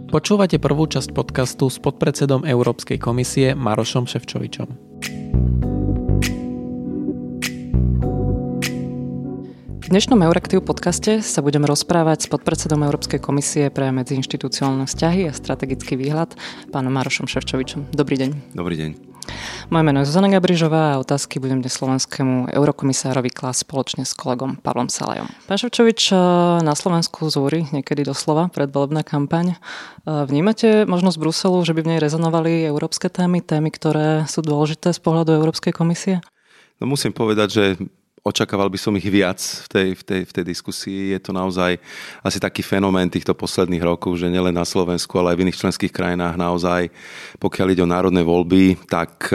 Počúvate prvú časť podcastu s podpredsedom Európskej komisie Marošom Šefčovičom. V dnešnom Euraktiv podcaste sa budeme rozprávať s podpredsedom Európskej komisie pre medziinštitucionálne vzťahy a strategický výhľad, pánom Marošom Šefčovičom. Dobrý deň. Dobrý deň. Moje meno je Zuzana Gabrižová a otázky budem dnes slovenskému eurokomisárovi klásť spoločne s kolegom Pavlom Salajom. Pán Šefčovič, na Slovensku zúri niekedy doslova predvolebná kampaň. Vnímate možnosť Bruselu, že by v nej rezonovali európske témy, ktoré sú dôležité z pohľadu Európskej komisie? No musím povedať, že očakával by som ich viac v tej diskusii. Je to naozaj asi taký fenomén týchto posledných rokov, že nielen na Slovensku, ale aj v iných členských krajinách naozaj, pokiaľ ide o národné voľby, tak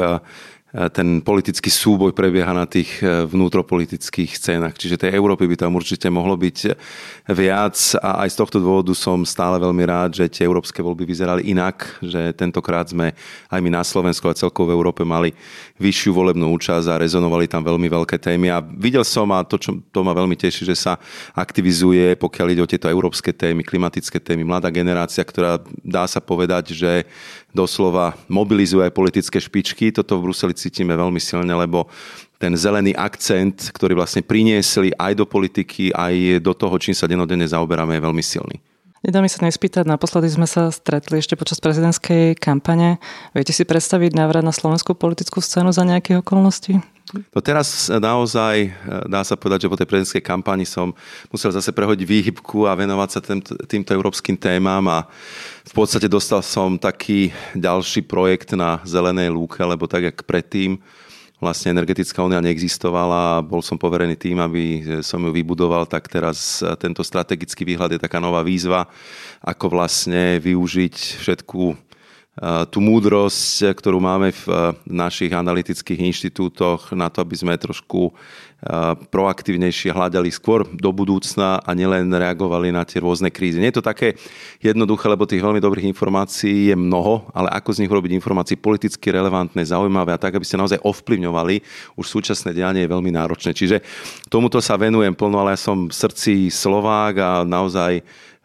ten politický súboj prebieha na tých vnútropolitických scénach. Čiže tej Európy by tam určite mohlo byť viac a aj z tohto dôvodu som stále veľmi rád, že tie európske voľby vyzerali inak, že tentokrát sme aj my na Slovensku a celkovo v Európe mali vyššiu volebnú účasť a rezonovali tam veľmi veľké témy. A videl som, a to ma veľmi teší, že sa aktivizuje, pokiaľ ide o tieto európske témy, klimatické témy, mladá generácia, ktorá dá sa povedať, že doslova mobilizuje aj politické špičky. Toto v Bruseli cítime veľmi silne, lebo ten zelený akcent, ktorý vlastne priniesli aj do politiky, aj do toho, čím sa dennodenne zaoberáme, je veľmi silný. Nedá mi sa nespýtať, naposledy sme sa stretli ešte počas prezidentskej kampane. Viete si predstaviť návrat na slovenskú politickú scénu za nejakých okolností? No teraz naozaj dá sa povedať, že po tej prezidentskej kampani som musel zase prehodiť výhybku a venovať sa týmto európskym témam a v podstate dostal som taký ďalší projekt na zelenej lúke, lebo tak, jak predtým vlastne energetická únia neexistovala a bol som poverený tým, aby som ju vybudoval, tak teraz tento strategický výhľad je taká nová výzva, ako vlastne využiť všetku tú múdrosť, ktorú máme v našich analytických inštitútoch na to, aby sme trošku proaktívnejšie hľadali skôr do budúcna a nielen reagovali na tie rôzne krízy. Nie je to také jednoduché, lebo tých veľmi dobrých informácií je mnoho, ale ako z nich robiť informácie politicky relevantné, zaujímavé a tak, aby ste naozaj ovplyvňovali už súčasné dianie, je veľmi náročné. Čiže tomuto sa venujem plno, ale ja som v srdci Slovák a naozaj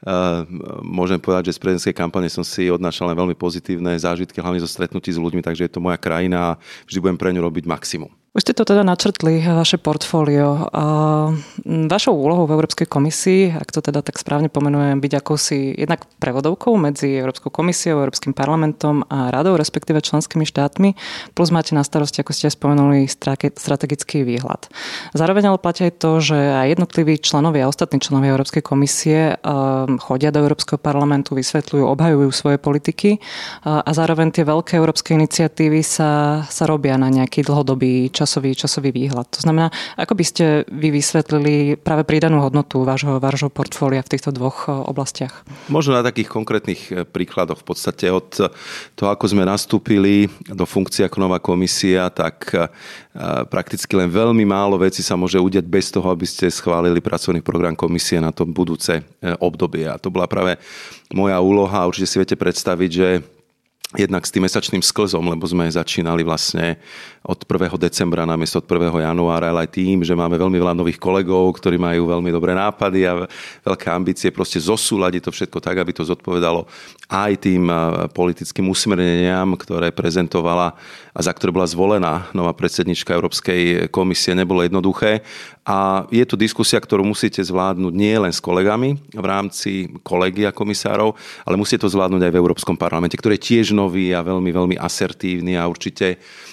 môžem povedať, že z prezidentskej kampane som si odnášal len veľmi pozitívne zážitky, hlavne zo stretnutí s ľuďmi, takže je to moja krajina a vždy budem pre ňu robiť maximum. Už ste to teda načrtli, vaše portfólio. Vašou úlohou v Európskej komisii, ak to teda tak správne pomenujem, byť akousi jednak prevodovkou medzi Európskou komisiou, Európskym parlamentom a radou, respektíve členskými štátmi, plus máte na starosti, ako ste spomenuli, strategický výhľad. Zároveň ale platí aj to, že aj jednotliví členovia, ostatní členovia Európskej komisie chodia do Európskeho parlamentu, vysvetľujú, obhajujú svoje politiky a zároveň tie veľké európske iniciatívy sa robia na nejaký dlhodobý časový výhľad. To znamená, ako by ste vy vysvetlili práve pridanú hodnotu vášho portfólia v týchto dvoch oblastiach? Možno na takých konkrétnych príkladoch. V podstate od toho, ako sme nastúpili do funkcie ako nová komisia, tak prakticky len veľmi málo vecí sa môže udiať bez toho, aby ste schválili pracovný program komisie na to budúce obdobie. A to bola práve moja úloha. Určite si viete predstaviť, že jednak s tým mesačným sklzom, lebo sme začínali vlastne od 1. decembra namiesto od 1. januára, ale aj tým, že máme veľmi veľa nových kolegov, ktorí majú veľmi dobré nápady a veľké ambície, proste zosúľadiť to všetko tak, aby to zodpovedalo aj tým politickým usmerneniam, ktoré prezentovala a za ktoré bola zvolená nová predsednička Európskej komisie, nebolo jednoduché. A je to diskusia, ktorú musíte zvládnuť nie len s kolegami v rámci kolegia komisárov, ale musíte to zvládnuť aj v Európskom parlamente, ktorý je tiež nový a veľmi, veľmi asertívny a určite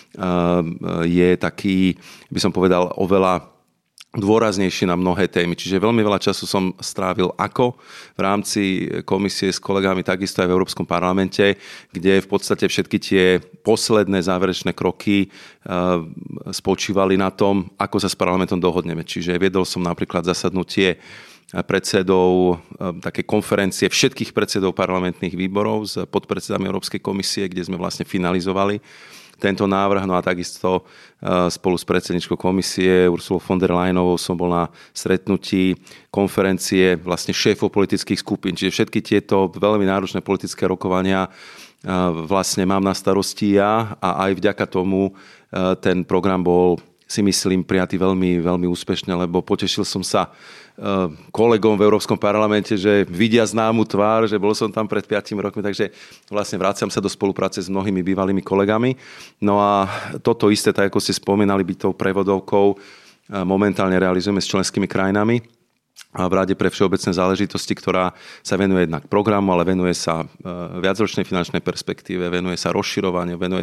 je taký, by som povedal, oveľa dôraznejší na mnohé témy. Čiže veľmi veľa času som strávil ako v rámci komisie s kolegami, takisto aj v Európskom parlamente, kde v podstate všetky tie posledné záverečné kroky spočívali na tom, ako sa s parlamentom dohodneme. Čiže viedol som napríklad zasadnutie predsedov také konferencie všetkých predsedov parlamentných výborov s podpredsedami Európskej komisie, kde sme vlastne finalizovali tento návrh. No a takisto spolu s predsedničkou komisie Ursulou von der Leyenovou som bol na stretnutí konferencie vlastne šéfov politických skupín. Čiže všetky tieto veľmi náročné politické rokovania vlastne mám na starosti ja a aj vďaka tomu ten program bol si myslím, prijatý veľmi, veľmi úspešne, lebo potešil som sa kolegom v Európskom parlamente, že vidia známu tvár, že bol som tam pred 5 rokmi, takže vlastne vraciam sa do spolupráce s mnohými bývalými kolegami. No a toto isté, tak ako ste spomínali, byť tou prevodovkou, momentálne realizujeme s členskými krajinami v Rade pre všeobecné záležitosti, ktorá sa venuje jednak programu, ale venuje sa viacročnej finančnej perspektíve, venuje sa rozširovaniu, venuje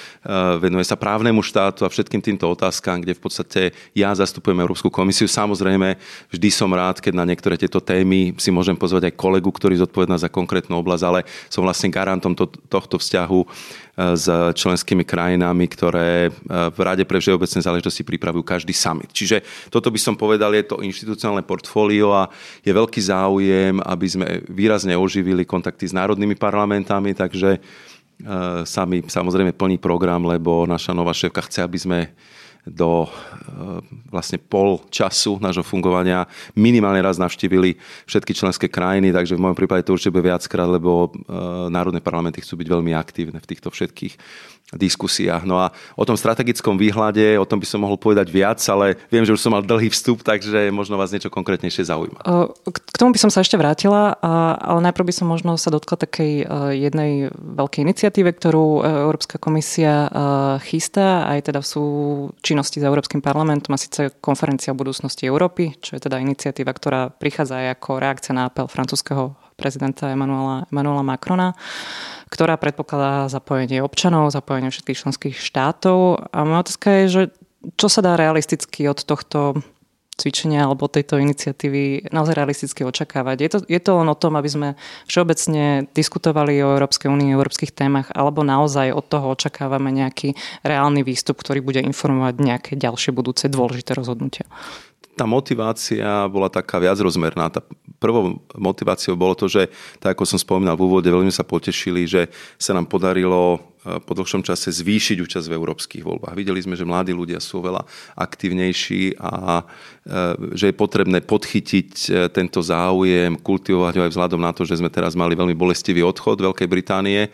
sa právnemu štátu a všetkým týmto otázkam, kde v podstate ja zastupujem Európsku komisiu. Samozrejme, vždy som rád, keď na niektoré tieto témy si môžem pozvať aj kolegu, ktorý zodpovedá za konkrétnu oblasť, ale som vlastne garantom tohto vzťahu s členskými krajinami, ktoré v Rade pre všeobecné záležitosti pripravujú každý summit. Čiže toto by som povedal, je to inštitucionálne portfólio a je veľký záujem, aby sme výrazne oživili kontakty s národnými parlamentami, takže sami samozrejme plný program, lebo naša nová šéfka chce, aby sme do vlastne pol času nášho fungovania minimálne raz navštívili všetky členské krajiny, takže v môjom prípade to určite bude viackrát, lebo národné parlamenty chcú byť veľmi aktívne v týchto všetkých diskusiách. No a o tom strategickom výhľade, o tom by som mohol povedať viac, ale viem, že už som mal dlhý vstup, takže možno vás niečo konkrétnejšie zaujíma. K tomu by som sa ešte vrátila, ale najprv by som možno sa dotkla takej jednej veľkej iniciatíve, ktorú Európska komisia chystá, aj teda v súčinnosti s Európskym parlamentom, a síce konferencia o budúcnosti Európy, čo je teda iniciatíva, ktorá prichádza aj ako reakcia na apel francúzskeho prezidenta Emmanuela Macrona, ktorá predpokladá zapojenie občanov, zapojenie všetkých členských štátov. A moja otázka je, že čo sa dá realisticky od tohto cvičenia alebo tejto iniciatívy naozaj realisticky očakávať? Je to len o tom, aby sme všeobecne diskutovali o Európskej únii, o európskych témach, alebo naozaj od toho očakávame nejaký reálny výstup, ktorý bude informovať nejaké ďalšie budúce dôležité rozhodnutia? Tá motivácia bola taká viacrozmerná. Tá prvou motiváciou bolo to, že, tak ako som spomínal v úvode, veľmi sa potešili, že sa nám podarilo po dlhšom čase zvýšiť účasť v európskych voľbách. Videli sme, že mladí ľudia sú veľa aktívnejší a že je potrebné podchytiť tento záujem, kultivovať ho aj vzhľadom na to, že sme teraz mali veľmi bolestivý odchod Veľkej Británie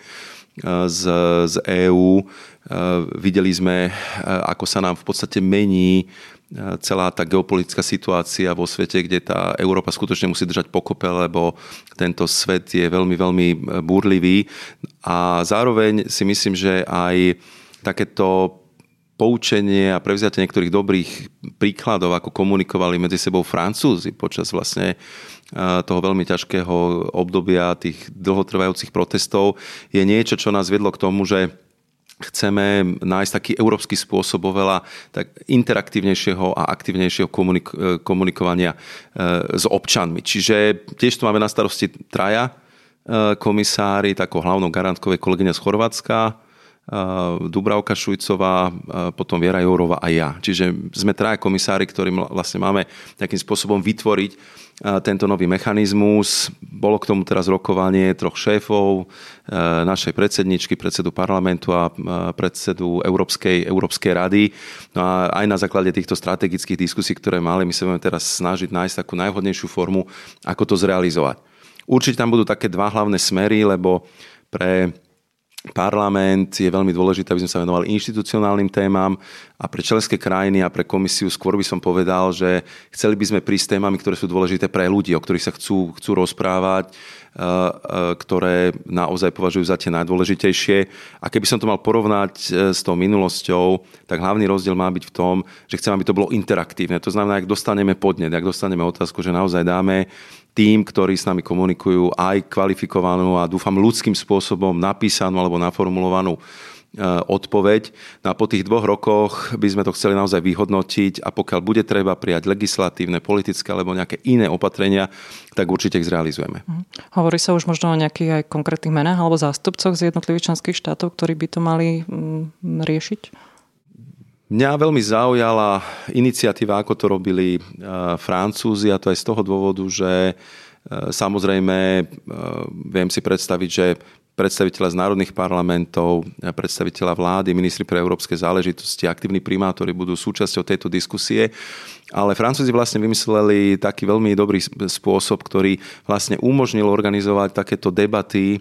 z EÚ. Videli sme, ako sa nám v podstate mení celá tá geopolitická situácia vo svete, kde tá Európa skutočne musí držať pokope, lebo tento svet je veľmi, veľmi búrlivý. A zároveň si myslím, že aj takéto poučenie a prevziatie niektorých dobrých príkladov, ako komunikovali medzi sebou Francúzi počas vlastne toho veľmi ťažkého obdobia tých dlhotrvajúcich protestov, je niečo, čo nás viedlo k tomu, že chceme nájsť taký európsky spôsob oveľa tak interaktívnejšieho a aktívnejšieho komunikovania s občanmi. Čiže tiež tu máme na starosti traja komisári, takou hlavnou garantkou je kolegyňa z Chorvátska, Dubravka Šujcová, potom Viera Jourová a ja. Čiže sme traja komisári, ktorým vlastne máme takým spôsobom vytvoriť tento nový mechanizmus. Bolo k tomu teraz rokovanie 3 šéfov, našej predsedničky, predsedu parlamentu a predsedu Európskej rady. No a aj na základe týchto strategických diskusí, ktoré mali, my sa budeme teraz snažiť nájsť takú najvhodnejšiu formu, ako to zrealizovať. Určite tam budú také 2 hlavné smery, lebo pre parlament je veľmi dôležité, aby sme sa venovali inštitucionálnym témam a pre členské krajiny a pre komisiu skôr by som povedal, že chceli by sme prísť témami, ktoré sú dôležité pre ľudí, o ktorých sa chcú rozprávať, ktoré naozaj považujú za tie najdôležitejšie. A keby som to mal porovnať s tou minulosťou, tak hlavný rozdiel má byť v tom, že chcem, aby to bolo interaktívne. To znamená, ak dostaneme podnet, ak dostaneme otázku, že naozaj dáme tým, ktorí s nami komunikujú, aj kvalifikovanú a dúfam ľudským spôsobom napísanú alebo naformulovanú odpoveď. No a po tých 2 rokoch by sme to chceli naozaj vyhodnotiť a pokiaľ bude treba prijať legislatívne, politické alebo nejaké iné opatrenia, tak určite ich zrealizujeme. Hovorí sa už možno o nejakých aj konkrétnych menách alebo zástupcoch z jednotlivých členských štátov, ktorí by to mali riešiť? Mňa veľmi zaujala iniciatíva, ako to robili Francúzi, a to aj z toho dôvodu, že samozrejme viem si predstaviť, že predstaviteľa z národných parlamentov, predstaviteľa vlády, ministri pre európske záležitosti, aktívni primátori budú súčasťou tejto diskusie. Ale Francúzi vlastne vymysleli taký veľmi dobrý spôsob, ktorý vlastne umožnil organizovať takéto debaty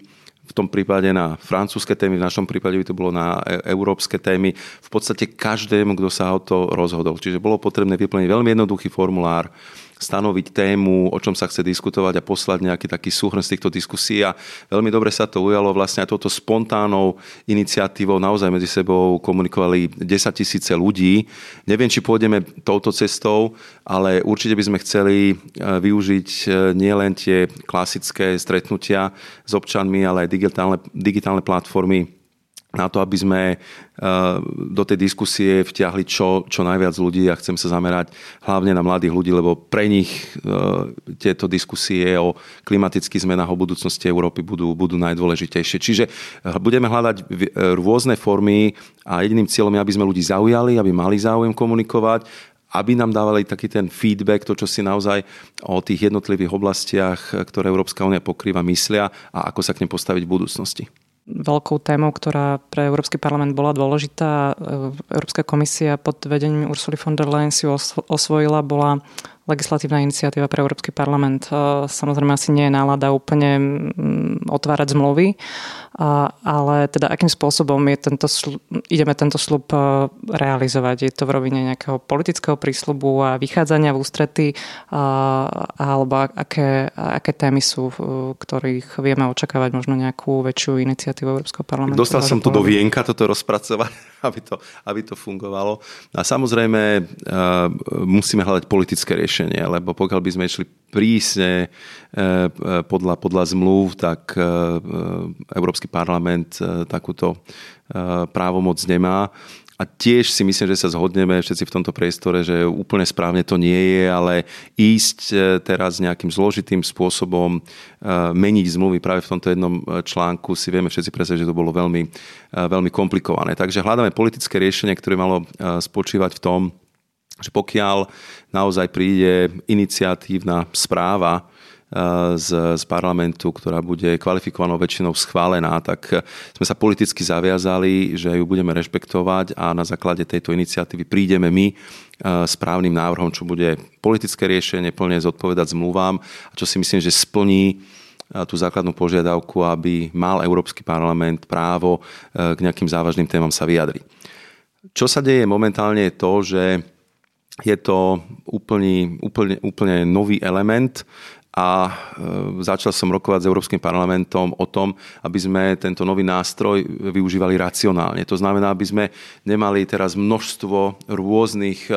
v tom prípade na francúzske témy, v našom prípade by to bolo na európske témy. V podstate každému, kto sa o to rozhodol. Čiže bolo potrebné vyplniť veľmi jednoduchý formulár, stanoviť tému, o čom sa chce diskutovať a poslať nejaký taký súhrn z týchto diskusí. A veľmi dobre sa to ujalo vlastne aj touto spontánnou iniciatívou. Naozaj medzi sebou komunikovali 10 000 ľudí. Neviem, či pôjdeme touto cestou, ale určite by sme chceli využiť nielen tie klasické stretnutia s občanmi, ale aj digitálne platformy na to, aby sme do tej diskusie vtiahli čo najviac ľudí a chcem sa zamerať hlavne na mladých ľudí, lebo pre nich tieto diskusie o klimatických zmenách, o budúcnosti Európy budú najdôležitejšie. Čiže budeme hľadať rôzne formy a jediným cieľom je, aby sme ľudí zaujali, aby mali záujem komunikovať, aby nám dávali taký ten feedback, to, čo si naozaj o tých jednotlivých oblastiach, ktoré Európska únia pokrýva, myslia a ako sa k nim postaviť v budúcnosti. Veľkou témou, ktorá pre Európsky parlament bola dôležitá, Európska komisia pod vedením Ursuly von der Leyen si osvojila, bola legislatívna iniciatíva pre Európsky parlament. Samozrejme asi nie je nálada úplne otvárať zmluvy, ale teda akým spôsobom ideme tento sľub realizovať? Je to v rovine nejakého politického prísľubu a vychádzania v ústrety, alebo aké témy sú, ktorých vieme očakávať možno nejakú väčšiu iniciatívu Európskeho parlamentu? Dostal som tu do vienka toto rozpracovať, aby to fungovalo. A samozrejme musíme hľadať politické riešenie, lebo pokiaľ by sme išli prísne podľa zmluv, tak Európsky parlament takúto právomoc nemá. A tiež si myslím, že sa zhodneme všetci v tomto priestore, že úplne správne to nie je, ale ísť teraz nejakým zložitým spôsobom meniť zmluvy práve v tomto jednom článku si vieme všetci predstaviť, že to bolo veľmi, veľmi komplikované. Takže hľadáme politické riešenie, ktoré malo spočívať v tom, že pokiaľ naozaj príde iniciatívna správa z parlamentu, ktorá bude kvalifikovanou väčšinou schválená, tak sme sa politicky zaviazali, že ju budeme rešpektovať a na základe tejto iniciatívy prídeme my správnym návrhom, čo bude politické riešenie, plne zodpovedať zmluvám a čo si myslím, že splní tú základnú požiadavku, aby mal Európsky parlament právo k nejakým závažným témam sa vyjadriť. Čo sa deje momentálne je to, že je to úplne nový element a začal som rokovať s Európskym parlamentom o tom, aby sme tento nový nástroj využívali racionálne. To znamená, aby sme nemali teraz množstvo rôznych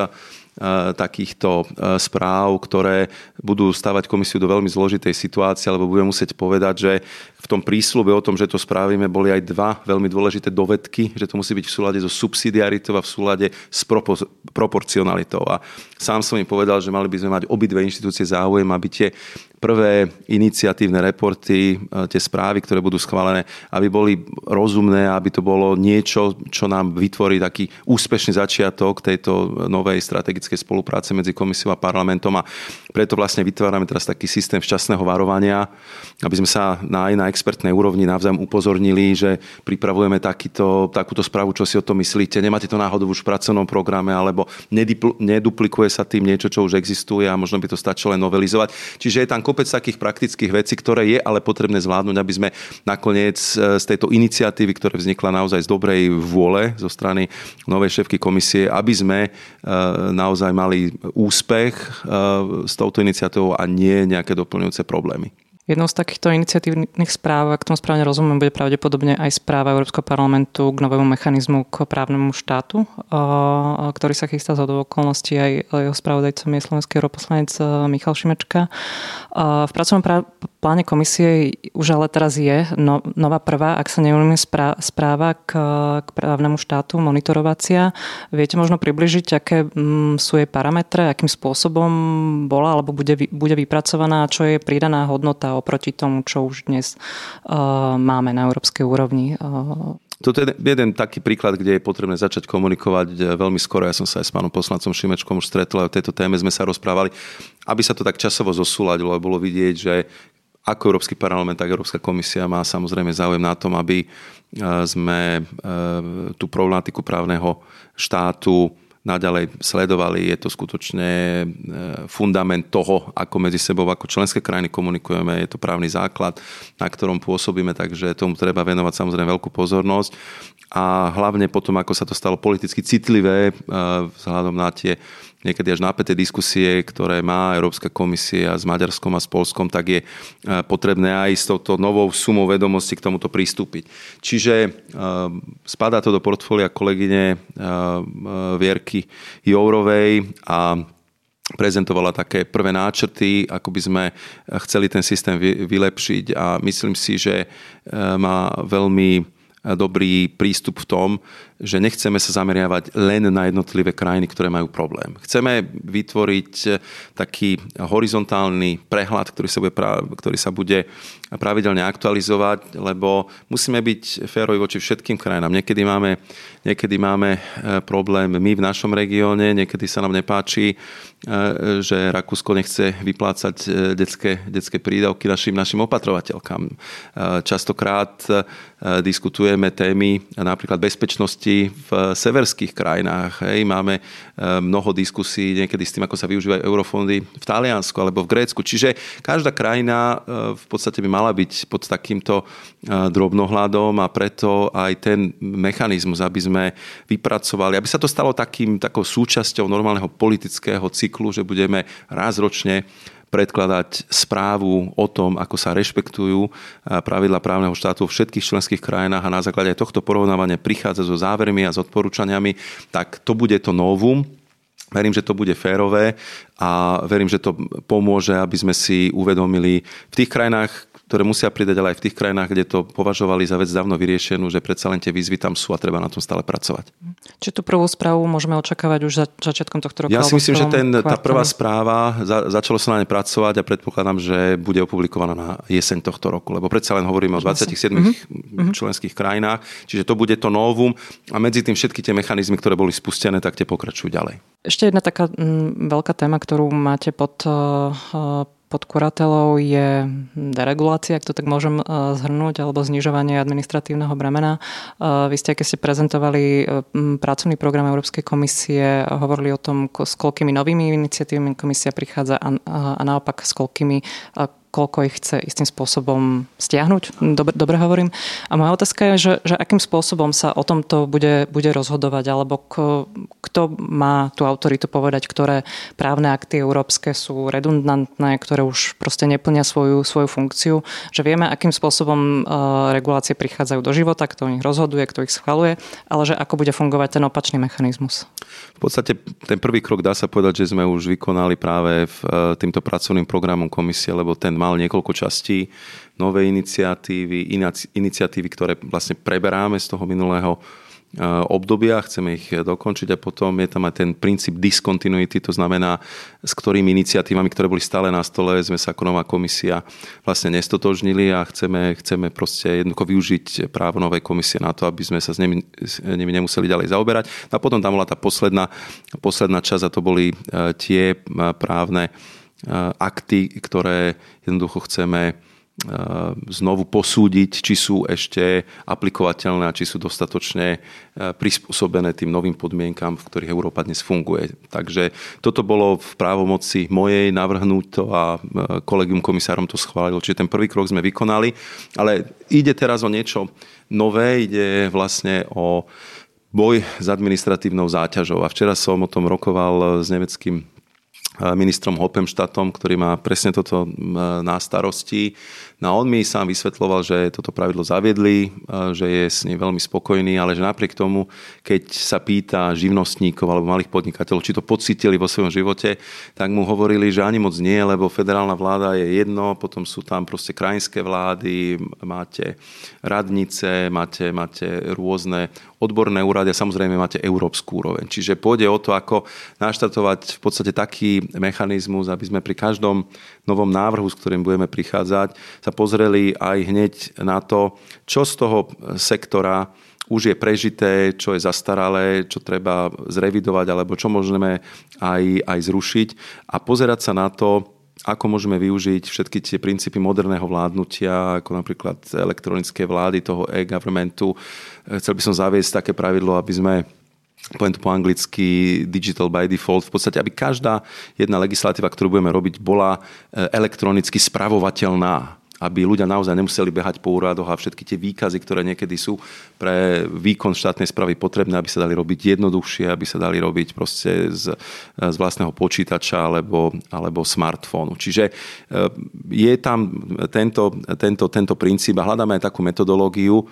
takýchto správ, ktoré budú stavať komisiu do veľmi zložitej situácie, alebo budeme musieť povedať, že v tom prísľube o tom, že to spravíme, boli aj dva veľmi dôležité dovedky, že to musí byť v súlade so subsidiaritou a v súlade s proporcionalitou. A sám som im povedal, že mali by sme mať obidve inštitúcie záujem, aby tie prvé iniciatívne reporty, tie správy, ktoré budú schválené, aby boli rozumné, aby to bolo niečo, čo nám vytvorí taký úspešný začiatok tejto novej strategickej spolupráce medzi komisiou a parlamentom a preto vlastne vytvárame teraz taký systém včasného varovania, aby sme sa aj na expertnej úrovni navzájom upozornili, že pripravujeme takúto správu, čo si o tom myslíte, nemáte to náhodou už v pracovnom programe, alebo neduplikuje sa tým niečo, čo už existuje a možno by to stačilo len novelizovať. Čiže je tam kopec takých praktických vecí, ktoré je ale potrebné zvládnuť, aby sme nakoniec z tejto iniciatívy, ktorá vznikla naozaj z dobrej vôle zo strany novej šéfky komisie, aby sme naozaj mali úspech s touto iniciatívou a nie nejaké doplňujúce problémy. Jednou z takýchto iniciatívnych správ, ak tomu správne rozumiem, bude pravdepodobne aj správa Európskeho parlamentu k novému mechanizmu k právnemu štátu, ktorý sa chystá z okolností aj jeho spravodajcom je slovenský europoslanec Michal Šimečka. V pracovnom pláne komisie už ale teraz je nová prvá, ak sa nemýlim, správa k právnemu štátu, monitorovacia. Viete možno približiť, aké sú jej parametre, akým spôsobom bola alebo bude vypracovaná, čo je pridaná hodnota oproti tomu, čo už dnes máme na európskej úrovni. Toto je jeden taký príklad, kde je potrebné začať komunikovať veľmi skoro. Ja som sa aj s pánom poslancom Šimečkom už stretol a o tejto téme sme sa rozprávali, aby sa to tak časovo zosúladilo a bolo vidieť, že ako Európsky parlament, tak Európska komisia má samozrejme záujem na tom, aby sme tú problematiku právneho štátu naďalej sledovali. Je to skutočne fundament toho, ako medzi sebou, ako členské krajiny komunikujeme. Je to právny základ, na ktorom pôsobíme, takže tomu treba venovať samozrejme veľkú pozornosť. A hlavne potom, ako sa to stalo politicky citlivé vzhľadom na tie niekedy až napäté diskusie, ktoré má Európska komisia s Maďarskom a s Poľskom, tak je potrebné aj s touto novou sumou vedomostí k tomuto pristúpiť. Čiže spadá to do portfólia kolegyne Vierky Jourovej a prezentovala také prvé náčrty, ako by sme chceli ten systém vylepšiť a myslím si, že má veľmi dobrý prístup v tom, že nechceme sa zameriavať len na jednotlivé krajiny, ktoré majú problém. Chceme vytvoriť taký horizontálny prehľad, ktorý sa bude pravidelne aktualizovať, lebo musíme byť férovi voči všetkým krajinám. Niekedy máme problém my v našom regióne, niekedy sa nám nepáči, že Rakúsko nechce vyplácať detské prídavky našim opatrovateľkám. Častokrát diskutujeme témy napríklad bezpečnosti v severských krajinách. Máme mnoho diskusí niekedy s tým, ako sa využívajú eurofondy v Taliansku alebo v Grécku. Čiže každá krajina v podstate by mala byť pod takýmto drobnohľadom a preto aj ten mechanizmus, aby sme vypracovali, aby sa to stalo takou súčasťou normálneho politického cyklu, že budeme raz ročne predkladať správu o tom, ako sa rešpektujú pravidlá právneho štátu vo všetkých členských krajinách a na základe tohto porovnávania prichádza so závermi a s odporúčaniami, tak to bude to novum. Verím, že to bude férové a verím, že to pomôže, aby sme si uvedomili v tých krajinách, ktoré musia pridať, ale aj v tých krajinách, kde to považovali za vec dávno vyriešenú, že predsa len tie výzvy tam sú a treba na tom stále pracovať. Či tú prvú správu môžeme očakávať už začiatkom tohto roka? Ja si myslím, že tá prvá správa, začalo sa na nej pracovať a predpokladám, že bude opublikovaná na jeseň tohto roku, lebo predsa len hovoríme o 27 členských krajinách, čiže to bude to novum a medzi tým všetky tie mechanizmy, ktoré boli spustené, tak tie pokračujú ďalej. Ešte jedna taká veľká téma, ktorú máte pod kuratelou je deregulácia, ak to tak môžem zhrnúť, alebo znižovanie administratívneho bremena. Vy ste, keď ste prezentovali pracovný program Európskej komisie, hovorili o tom, s koľkými novými iniciatívami komisia prichádza a naopak s koľko ich chce istým spôsobom stiahnuť. Dobre hovorím. A moja otázka je, že akým spôsobom sa o tomto bude rozhodovať, alebo kto má tú autoritu povedať, ktoré právne akty európske sú redundantné, ktoré už proste neplnia svoju funkciu. Že vieme, akým spôsobom regulácie prichádzajú do života, kto o nich rozhoduje, kto ich schvaľuje, ale že ako bude fungovať ten opačný mechanizmus. V podstate ten prvý krok dá sa povedať, že sme už vykonali práve týmto pracovným programom komisie, lebo ten mal niekoľko častí, nové iniciatívy, ktoré vlastne preberáme z toho minulého obdobia, chceme ich dokončiť a potom je tam aj ten princíp discontinuity, to znamená, s ktorými iniciatívami, ktoré boli stále na stole, sme sa ako nová komisia vlastne nestotožnili a chceme proste jednoducho využiť právo novej komisie na to, aby sme sa s nimi nemuseli ďalej zaoberať. A potom tam bola tá posledná časť a to boli tie právne akty, ktoré jednoducho chceme znovu posúdiť, či sú ešte aplikovateľné a či sú dostatočne prispôsobené tým novým podmienkam, v ktorých Európa dnes funguje. Takže toto bolo v právomoci mojej navrhnúť to a kolegium komisárom to schválilo. Čiže ten prvý krok sme vykonali, ale ide teraz o niečo nové, ide vlastne o boj s administratívnou záťažou. A včera som o tom rokoval s nemeckým ministrom Hoppenstadtom, ktorý má presne toto na starosti. No on mi sám vysvetľoval, že toto pravidlo zaviedli, že je s ním veľmi spokojný, ale že napriek tomu, keď sa pýta živnostníkov alebo malých podnikateľov, či to pocítili vo svojom živote, tak mu hovorili, že ani moc nie, lebo federálna vláda je jedno, potom sú tam proste krajinské vlády, máte radnice, máte rôzne odborné úrady a samozrejme máte európsku úroveň. Čiže pôjde o to, ako naštartovať v podstate taký mechanizmus, aby sme pri každom novom návrhu, s ktorým budeme prichádzať, sa pozreli aj hneď na to, čo z toho sektora už je prežité, čo je zastaralé, čo treba zrevidovať, alebo čo môžeme aj zrušiť a pozerať sa na to, ako môžeme využiť všetky tie princípy moderného vládnutia, ako napríklad elektronické vlády, toho e-governmentu. Chcel by som zaviesť také pravidlo, aby sme poviem to po anglicky, digital by default, v podstate, aby každá jedna legislatíva, ktorú budeme robiť, bola elektronicky spravovateľná, aby ľudia naozaj nemuseli behať po úradoch a všetky tie výkazy, ktoré niekedy sú pre výkon štátnej správy potrebné, aby sa dali robiť jednoduchšie, aby sa dali robiť proste z vlastného počítača alebo smartfónu. Čiže je tam tento princíp a hľadáme aj takú metodológiu,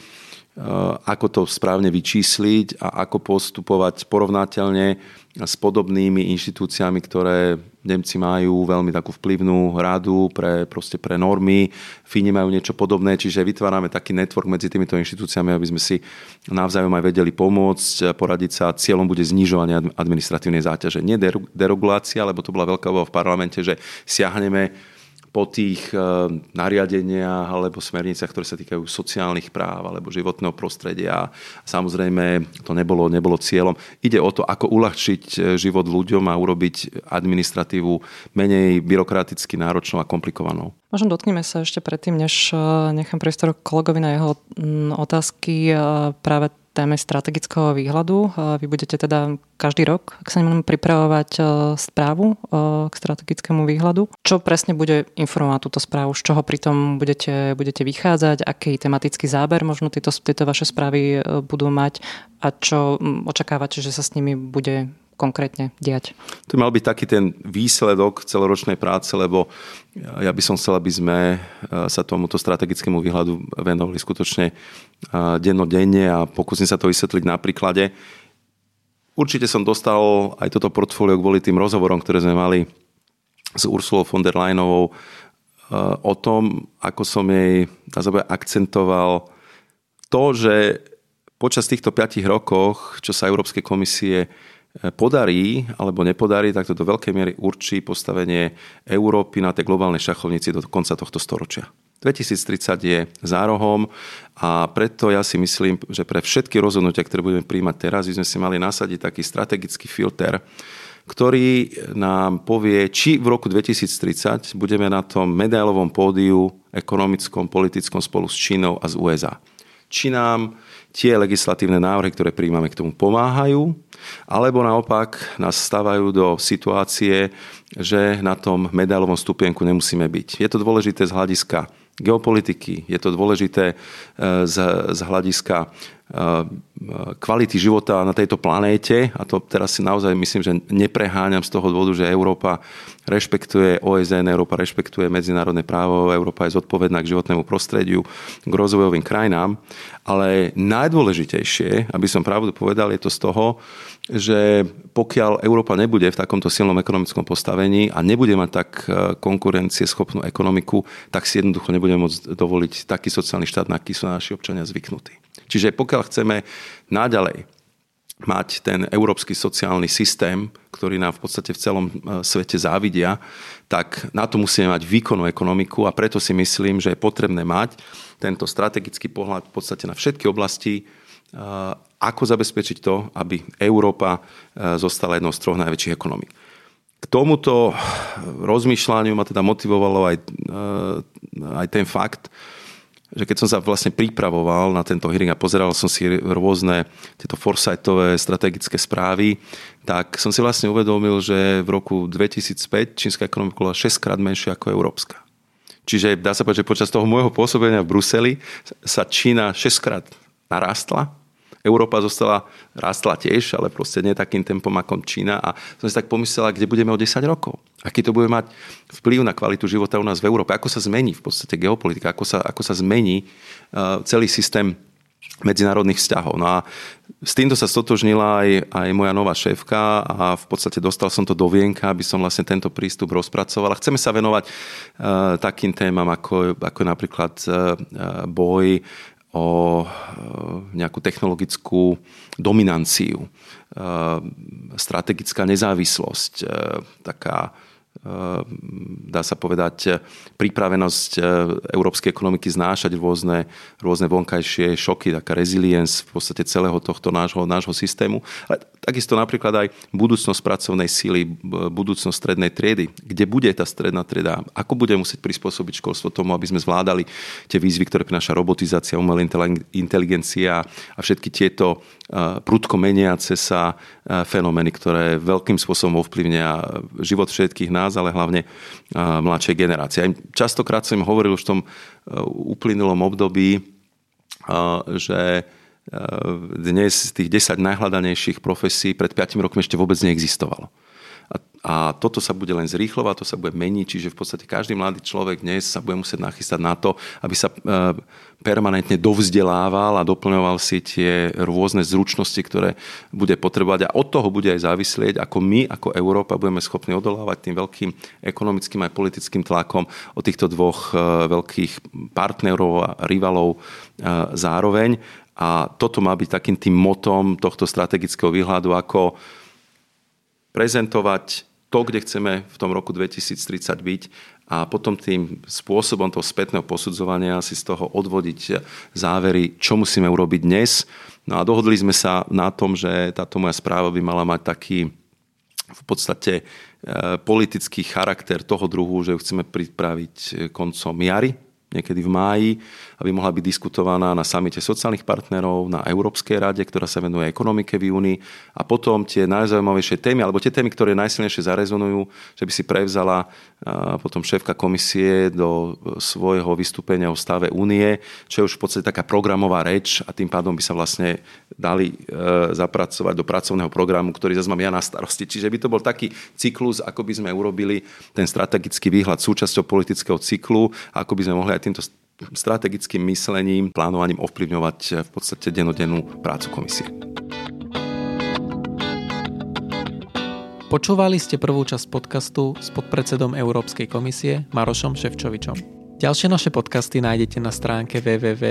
ako to správne vyčísliť a ako postupovať porovnateľne s podobnými inštitúciami, ktoré Nemci majú veľmi takú vplyvnú radu pre normy, Fíni majú niečo podobné, čiže vytvárame taký network medzi týmito inštitúciami, aby sme si navzájom aj vedeli pomôcť, poradiť sa. Cieľom bude znižovanie administratívnej záťaže. Nie deregulácia, lebo to bola veľká obava v parlamente, že siahneme po tých nariadeniach alebo smerniciach, ktoré sa týkajú sociálnych práv alebo životného prostredia. Samozrejme, to nebolo cieľom. Ide o to, ako uľahčiť život ľuďom a urobiť administratívu menej byrokraticky náročnou a komplikovanou. Možno dotkneme sa ešte predtým, než nechám priestor kolegovi na jeho otázky práve téme strategického výhľadu. Vy budete teda každý rok, ak sa nemôžem, pripravovať správu k strategickému výhľadu. Čo presne bude informovať túto správu? Z čoho pritom budete vychádzať? Aký tematický záber možno tieto vaše správy budú mať? A čo očakávate, že sa s nimi bude konkrétne diať? To mal byť taký ten výsledok celoročnej práce, lebo ja by som chcel, aby sme sa tomuto strategickému výhľadu venovali skutočne dennodenne a pokúsim sa to vysvetliť na príklade. Určite som dostal aj toto portfólio kvôli tým rozhovorom, ktoré sme mali s Ursulou von der Leyenovou o tom, ako som jej akcentoval to, že počas týchto 5 rokoch, čo sa Európskej komisie podarí alebo nepodarí, tak to do veľkej miery určí postavenie Európy na tej globálnej šachovnici do konca tohto storočia. 2030 je za rohom a preto ja si myslím, že pre všetky rozhodnutia, ktoré budeme prijímať teraz, by sme si mali nasadiť taký strategický filter, ktorý nám povie, či v roku 2030 budeme na tom medailovom pódiu ekonomickom, politickom spolu s Čínou a z USA. Či nám tie legislatívne návrhy, ktoré prijímame, k tomu pomáhajú, alebo naopak nás stavajú do situácie, že na tom medailovom stupienku nemusíme byť. Je to dôležité z hľadiska geopolitiky, je to dôležité z hľadiska kvality života na tejto planéte a to teraz si naozaj myslím, že nepreháňam z toho dôvodu, že Európa rešpektuje OSN, Európa rešpektuje medzinárodné právo, Európa je zodpovedná k životnému prostrediu, k rozvojovým krajinám, ale najdôležitejšie, aby som pravdu povedal, je to z toho, že pokiaľ Európa nebude v takomto silnom ekonomickom postavení a nebude mať tak konkurencieschopnú ekonomiku, tak si jednoducho nebudeme môcť dovoliť taký sociálny štát, na aký sú naši občania zvyknutí. Čiže pokiaľ chceme naďalej mať ten európsky sociálny systém, ktorý nám v podstate v celom svete závidia, tak na to musíme mať výkonnú ekonomiku a preto si myslím, že je potrebné mať tento strategický pohľad v podstate na všetky oblasti, ako zabezpečiť to, aby Európa zostala jednou z 3 najväčších ekonomík. K tomuto rozmýšľaniu ma teda motivovalo aj ten fakt, že keď som sa vlastne pripravoval na tento hearing a pozeral som si rôzne tieto foresightové strategické správy, tak som si vlastne uvedomil, že v roku 2005 čínska ekonomika bola 6-krát menšia ako európska. Čiže dá sa povedať, že počas toho môjho pôsobenia v Bruseli sa Čína 6-krát narastla, Európa rástla tiež, ale proste nie takým tempom ako Čína a som si tak pomyslela, kde budeme o 10 rokov. Aký to bude mať vplyv na kvalitu života u nás v Európe, ako sa zmení v podstate geopolitika, ako sa zmení celý systém medzinárodných vzťahov. No a s týmto sa stotožnila aj moja nová šéfka a v podstate dostal som to do vienka, aby som vlastne tento prístup rozpracoval. A chceme sa venovať takým témam, ako napríklad boj o nejakú technologickú dominanciu, strategická nezávislosť, taká dá sa povedať, pripravenosť európskej ekonomiky znášať rôzne vonkajšie šoky, taká resilience v podstate celého tohto nášho systému. Ale takisto napríklad aj budúcnosť pracovnej síly, budúcnosť strednej triedy. Kde bude tá stredná trieda? Ako bude musieť prispôsobiť školstvo tomu, aby sme zvládali tie výzvy, ktoré prináša robotizácia, umelá inteligencia a všetky tieto prudko meniace sa fenomény, ktoré veľkým spôsobom ovplyvnia život všetkých nás, ale hlavne mladšej generácie. Častokrát som im hovoril už v tom uplynulom období, že dnes z tých 10 najhľadanejších profesí pred 5 rokmi ešte vôbec neexistovalo. A toto sa bude len zrýchlovať, to sa bude meniť, čiže v podstate každý mladý človek dnes sa bude musieť nachystať na to, aby sa permanentne dovzdelával a doplňoval si tie rôzne zručnosti, ktoré bude potrebovať a od toho bude aj závislieť, ako my, ako Európa, budeme schopní odolávať tým veľkým ekonomickým aj politickým tlakom od týchto dvoch veľkých partnerov a rivalov zároveň. A toto má byť takým tým motom tohto strategického výhľadu, ako prezentovať to, kde chceme v tom roku 2030 byť a potom tým spôsobom toho spätného posudzovania si z toho odvodiť závery, čo musíme urobiť dnes. No a dohodli sme sa na tom, že táto moja správa by mala mať taký v podstate politický charakter toho druhu, že ju chceme pripraviť koncom jary, niekedy v máji, aby mohla byť diskutovaná na samite sociálnych partnerov, na Európskej rade, ktorá sa venuje ekonomike v júni a potom tie najzaujímavejšie témy, alebo tie témy, ktoré najsilnejšie zarezonujú, že by si prevzala potom šéfka komisie do svojho vystúpenia o stave únie, čo je už v podstate taká programová reč a tým pádom by sa vlastne dali zapracovať do pracovného programu, ktorý zase mám ja na starosti. Čiže by to bol taký cyklus, ako by sme urobili ten strategický výhľad súčasťou politického cyklu, ako by sme mohli aj týmto strategickým myslením, plánovaním ovplyvňovať v podstate dennodennú prácu komisie. Počúvali ste prvú časť podcastu s podpredsedom Európskej komisie Marošom Šefčovičom. Ďalšie naše podcasty nájdete na stránke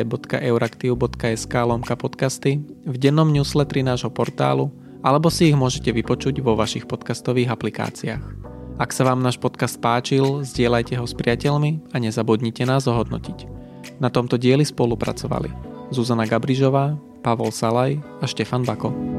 www.euraktiv.sk/podcasty, v dennom newsletteri nášho portálu, alebo si ich môžete vypočuť vo vašich podcastových aplikáciách. Ak sa vám náš podcast páčil, zdieľajte ho s priateľmi a nezabudnite nás ohodnotiť. Na tomto dieli spolupracovali Zuzana Gabrižová, Pavol Salaj a Štefan Bako.